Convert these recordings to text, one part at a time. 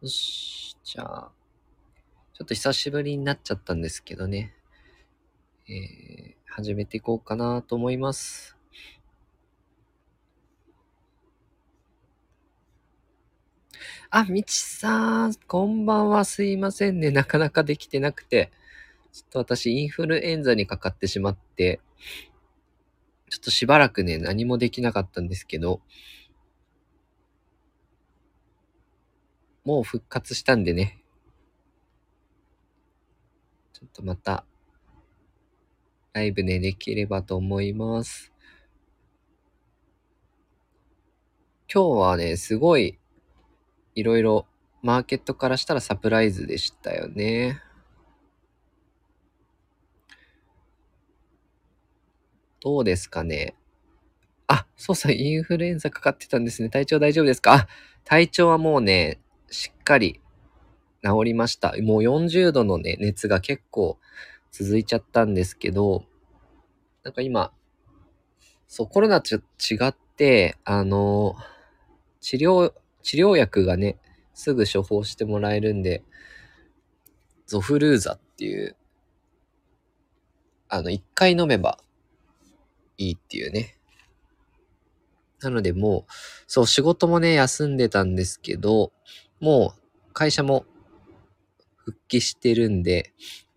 よし、じゃあ、ちょっと久しぶりになっちゃったんですけどね。始めていこうかなと思います。みちさん、こんばんは。すいませんね。なかなかできてなくて。ちょっと私、インフルエンザにかかってしまって、ちょっとしばらくね、何もできなかったんですけど、もう復活したんでね、ちょっとまた、ライブね、できればと思います。今日はね、すごい、いろいろ、マーケットからしたらサプライズでしたよね。どうですかね。そうそう、インフルエンザかかってたんですね。体調大丈夫ですか？体調はもうね、しっかり治りました。もう40度のね、熱が結構続いちゃったんですけど、なんか今、そう、コロナと違って、治療、治療薬がね、すぐ処方してもらえるんで、ゾフルーザっていう、一回飲めばいいっていうね。なのでもう、そう、仕事もね、休んでたんですけど、もう、会社も復帰してるんで、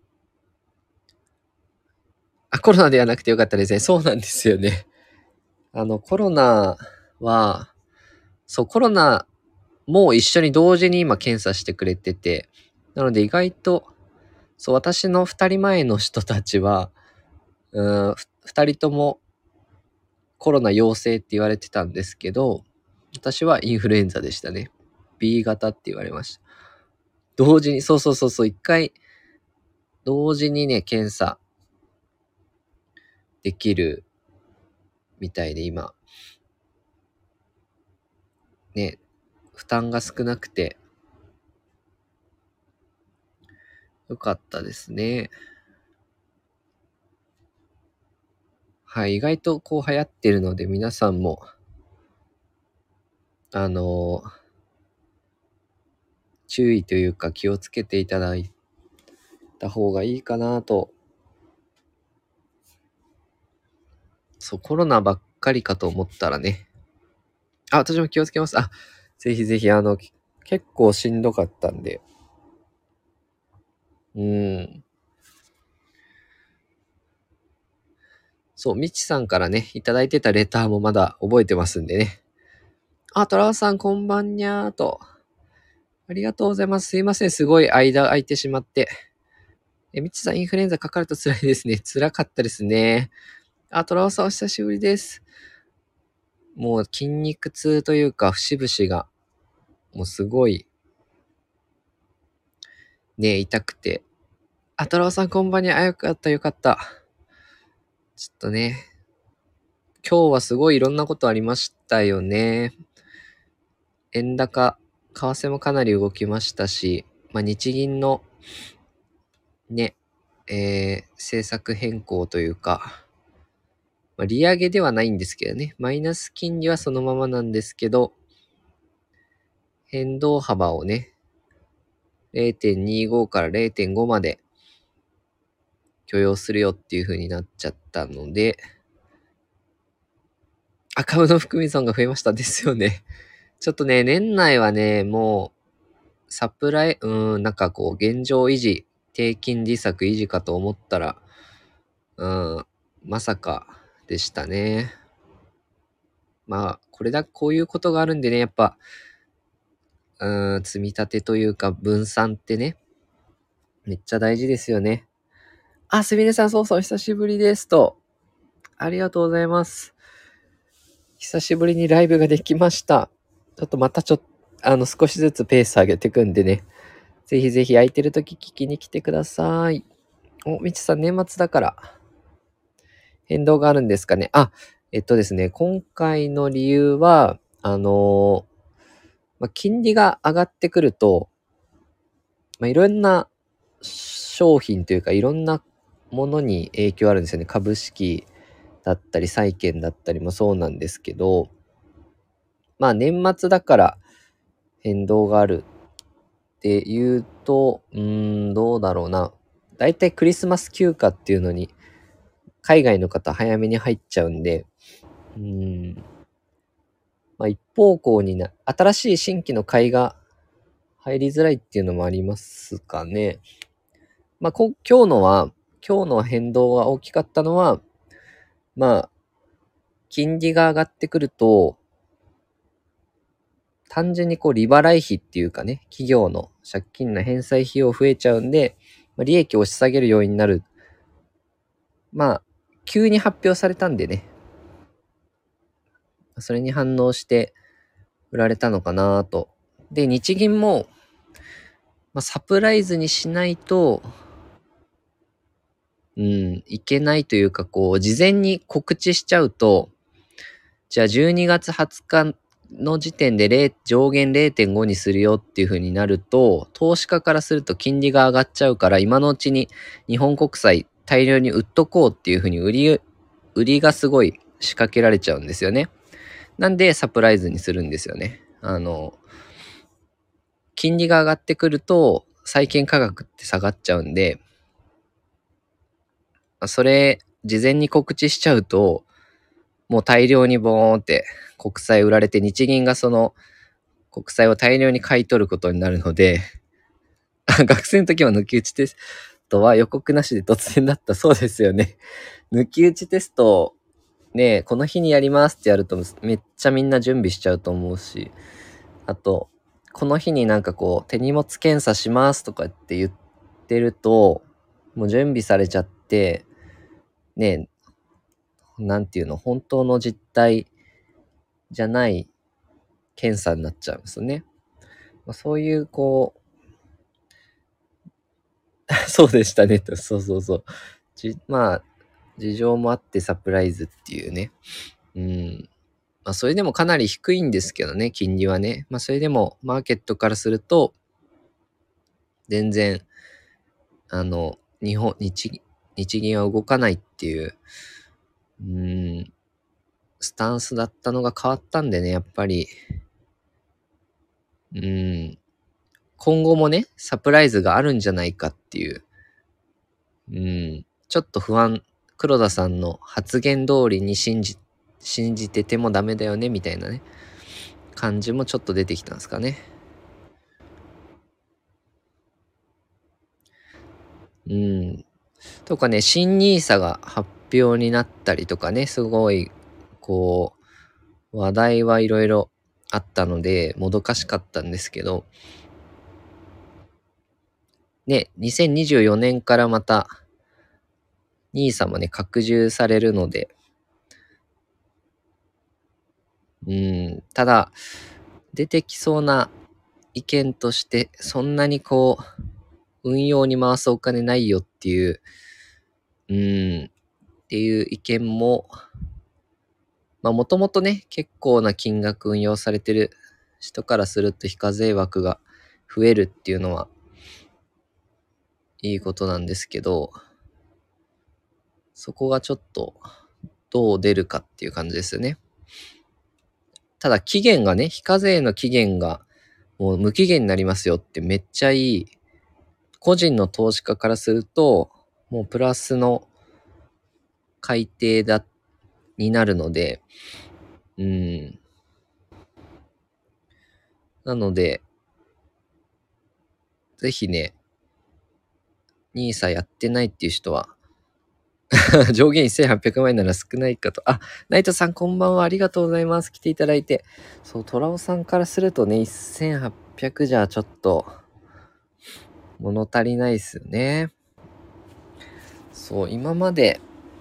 コロナではなくてよかったですね。そうなんですよね。コロナは、そう、コロナも一緒に同時に今検査してくれてて、なので意外と、そう、私の二人前の人たちは、二人ともコロナ陽性って言われてたんですけど、私はインフルエンザでしたね。B 型って言われました。同時に、そうそうそうそう、一回、同時にね、検査できるみたいで今、ね、負担が少なくてよかったですね。はい、意外とこう流行ってるので皆さんも、あの注意というか気をつけていただいた方がいいかなと。そう、コロナばっかりかと思ったらね。私も気をつけます。ぜひぜひ、結構しんどかったんで。うん。そう、みちさんからね、いただいてたレターもまだ覚えてますんでね。トラオさんこんばんにゃーと。ありがとうございます。すいません。すごい間空いてしまって。みちさんインフルエンザかかると辛いですね。辛かったですね。トラオさんお久しぶりです。もう筋肉痛というか、節々が、もうすごい、ね、痛くて。トラオさんこんばんに。よかったよかった。ちょっとね、今日はすごいいろんなことありましたよね。円高、為替もかなり動きましたし、日銀のね、政策変更というか、利上げではないんですけどね、マイナス金利はそのままなんですけど、変動幅をね、0.25 から0.5まで許容するよっていう風になっちゃったので、株の含み損が増えましたですよね。ちょっとね、年内はね、もう、サプライ、なんかこう、現状維持、低金利策維持かと思ったら、うん、まさかでしたね。こういうことがあるんでね、やっぱ、積み立てというか分散ってね、めっちゃ大事ですよね。すみれさん、そうそう、久しぶりですと。ありがとうございます。久しぶりにライブができました。ちょっとまた少しずつペース上げていくんでね。ぜひぜひ空いてる時聞きに来てください。みちさん、年末だから変動があるんですかね。ですね、今回の理由は、金利が上がってくると、いろんな商品というか、いろんなものに影響あるんですよね。株式だったり、債券だったりもそうなんですけど、年末だから変動があるで言うと、どうだろうな。だいたいクリスマス休暇っていうのに、海外の方早めに入っちゃうんで、まあ一方向に新しい新規の買いが入りづらいっていうのもありますかね。まあ今日の変動が大きかったのは、まあ、金利が上がってくると、単純に利払い費っていうかね、企業の借金の返済費用増えちゃうんで、利益を押し下げる要因になる。まあ、急に発表されたんでね、それに反応して売られたのかなと。で、日銀も、サプライズにしないと、いけないというか、事前に告知しちゃうと、じゃあ12月20日の時点で上限 0.5 にするよっていう風になると、投資家からすると金利が上がっちゃうから、今のうちに日本国債大量に売っとこうっていう風に売りがすごい仕掛けられちゃうんですよね。なんでサプライズにするんですよね。金利が上がってくると債券価格って下がっちゃうんで、それ事前に告知しちゃうと、もう大量にボーンって国債売られて、日銀がその国債を大量に買い取ることになるので、学生の時は抜き打ちテストは予告なしで突然だった。そうですよね。抜き打ちテスト、ね、この日にやりますってやるとめっちゃみんな準備しちゃうと思うし、あと、この日に手荷物検査しますとかって言ってると、もう準備されちゃって、ね、なんていうの、本当の実態じゃない検査になっちゃうんですよね。そういうそうでしたねと、そうそうそう。まあ、事情もあってサプライズっていうね。それでもかなり低いんですけどね、金利はね。それでもマーケットからすると、全然、日銀は動かないっていう、スタンスだったのが変わったんでね、やっぱり、今後もね、サプライズがあるんじゃないかっていう、ちょっと不安、黒田さんの発言通りに信じててもダメだよね、みたいなね、感じもちょっと出てきたんですかね。とかね、新ニーサが発表になったりとかね、すごい、話題はいろいろあったので、もどかしかったんですけど、ね、2024年からまた、ニーサもね、拡充されるので、ただ、出てきそうな意見として、そんなに運用に回すお金ないよっていう、っていう意見も、もともとね、結構な金額運用されてる人からすると非課税枠が増えるっていうのはいいことなんですけど、そこがちょっとどう出るかっていう感じですよね。ただ期限がね、非課税の期限がもう無期限になりますよってめっちゃいい。個人の投資家からすると、もうプラスの改定になるので、なので、ぜひね、ニーサやってないっていう人は、上限1800万円なら少ないかと。あ、ナイトさんこんばんは。ありがとうございます。来ていただいて。そう、トラオさんからするとね、1800じゃちょっと、物足りないですよね。そう、今まで、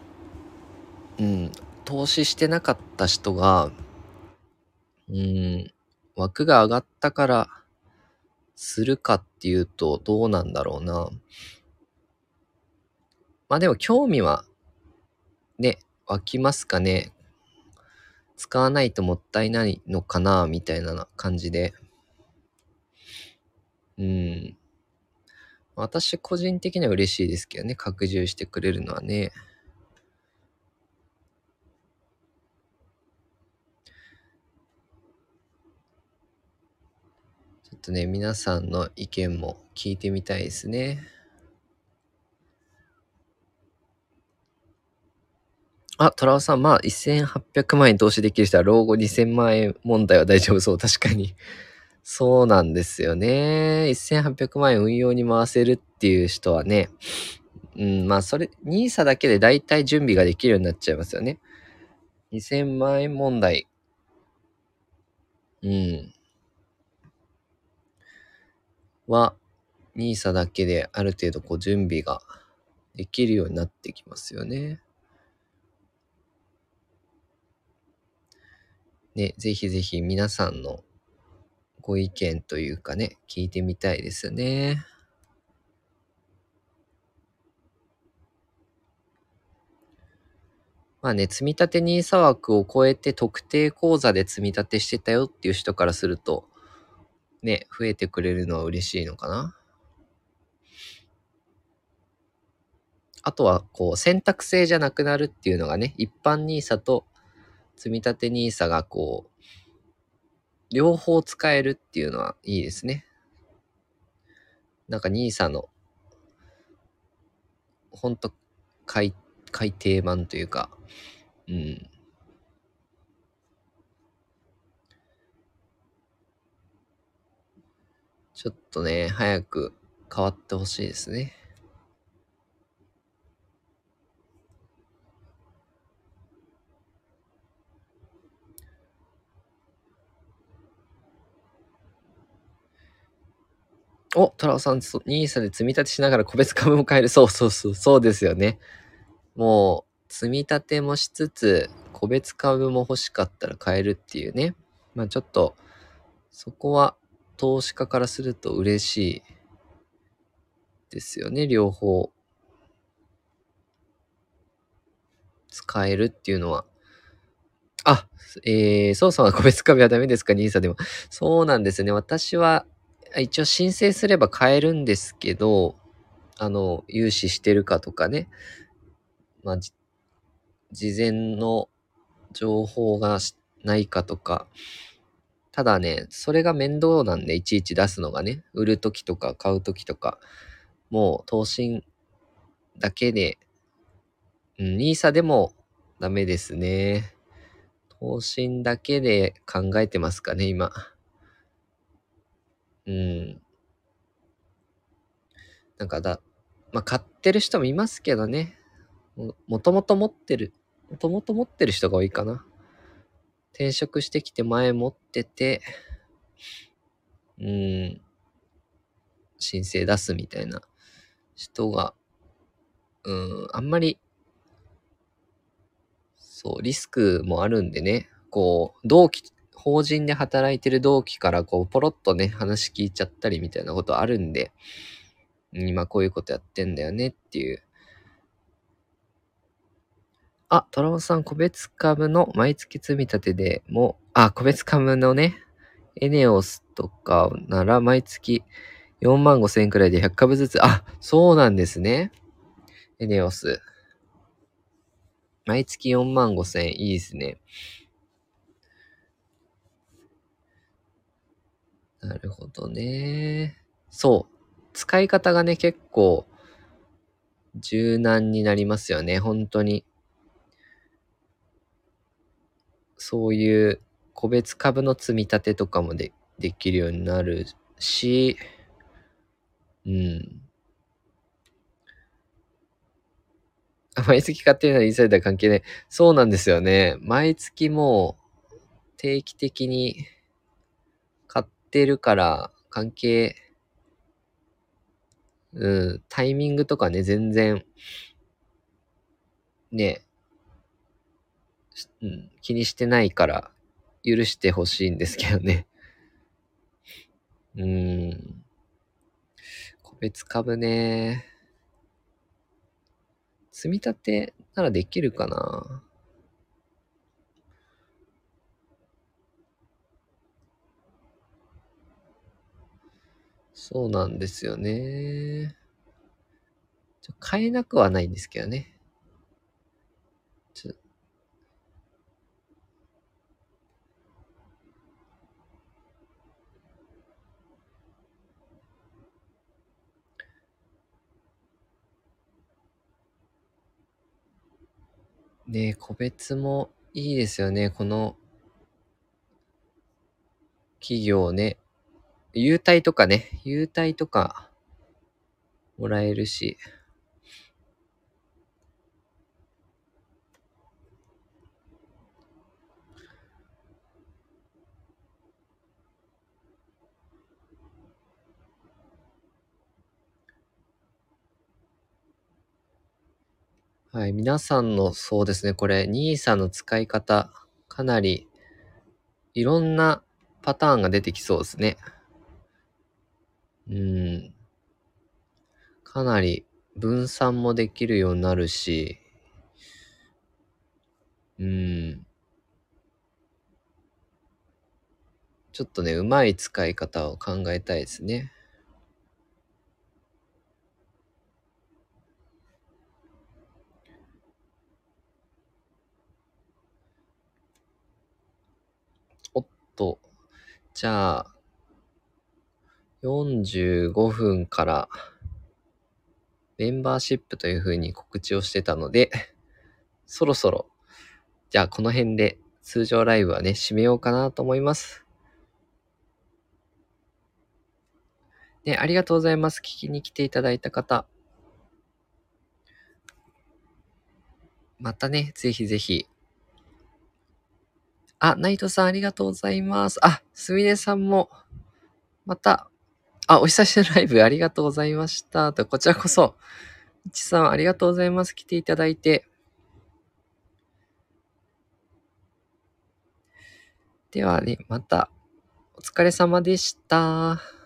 投資してなかった人が、枠が上がったからするかっていうとどうなんだろうな。でも興味はね、湧きますかね。使わないともったいないのかな、みたいな感じで。私個人的には嬉しいですけどね、拡充してくれるのはね。ちょっとね、皆さんの意見も聞いてみたいですね。あ、トラオさん、まあ、1800万円投資できる人は老後2000万円問題は大丈夫そう。確かに。そうなんですよね。1800万円運用に回せるっていう人はね、まあ、それ、ニーサだけで大体準備ができるようになっちゃいますよね。2000万円問題。は、ニーサだけである程度こう準備ができるようになってきますよね。ね、ぜひぜひ皆さんのご意見というかね、聞いてみたいですよね。まあね、積立 NISA 枠を超えて特定口座で積み立てしてたよっていう人からすると、ね、増えてくれるのは嬉しいのかな。あとは、こう、選択制じゃなくなるっていうのがね、一般 NISA と積立 NISA がこう、両方使えるっていうのはいいですね。なんか NISA の、ほんと改訂版というか、ちょっとね、早く変わってほしいですね。お、トラオさん、ニーサで積み立てしながら個別株も買える。そうですよね。もう、積み立てもしつつ、個別株も欲しかったら買えるっていうね。まあちょっと、そこは投資家からすると嬉しいですよね。両方使えるっていうのは。あ、操作は個別株はダメですか？ NISA でも。そうなんですね。私は、一応申請すれば買えるんですけど、融資してるかとかね。まあ、事前の情報がないかとか。ただね、それが面倒なんで、いちいち出すのがね、売るときとか買うときとか、もう投信だけで、NISA でもダメですね。投信だけで考えてますかね、今。うん。なんかまあ、買ってる人もいますけどね。もともと持ってる。もともと持ってる人が多いかな。転職してきて前持ってて、うん、申請出すみたいな人が、あんまり、そう、リスクもあるんでね、こう、法人で働いてる同期からこう、ポロッとね、話聞いちゃったりみたいなことあるんで、今こういうことやってんだよねっていう。あ、トラオさん、個別株の毎月積み立てでも、個別株のね、エネオスとかなら毎月4万5千円くらいで100株ずつ。そうなんですね。エネオス。毎月4万5千円。いいですね。なるほどね。そう。使い方がね、結構柔軟になりますよね。本当に。そういう個別株の積み立てとかもできるようになるし、うん。毎月買ってるのはインサイダー関係ない。そうなんですよね。毎月もう定期的に買ってるから関係、タイミングとかね、全然ね、気にしてないから許してほしいんですけどね。うーん。個別株ね。積み立てならできるかな。そうなんですよね。買えなくはないんですけどね。ちょね、個別もいいですよね。この企業ね。優待とかね、優待とかもらえるし。はい、皆さんのそうですね、これ、NISA の使い方、かなりいろんなパターンが出てきそうですね。かなり分散もできるようになるし、ちょっとね、うまい使い方を考えたいですね。おっと、じゃあ、45分からメンバーシップという風に告知をしてたので、そろそろ、じゃあこの辺で通常ライブはね、締めようかなと思います。ね、ありがとうございます。聞きに来ていただいた方。またね、ぜひぜひ。あ、ナイトさんありがとうございます。あ、すみれさんも、また、あ、お久しぶりのライブありがとうございました。と、こちらこそ、いちさんありがとうございます。来ていただいて。ではね、また、お疲れ様でした。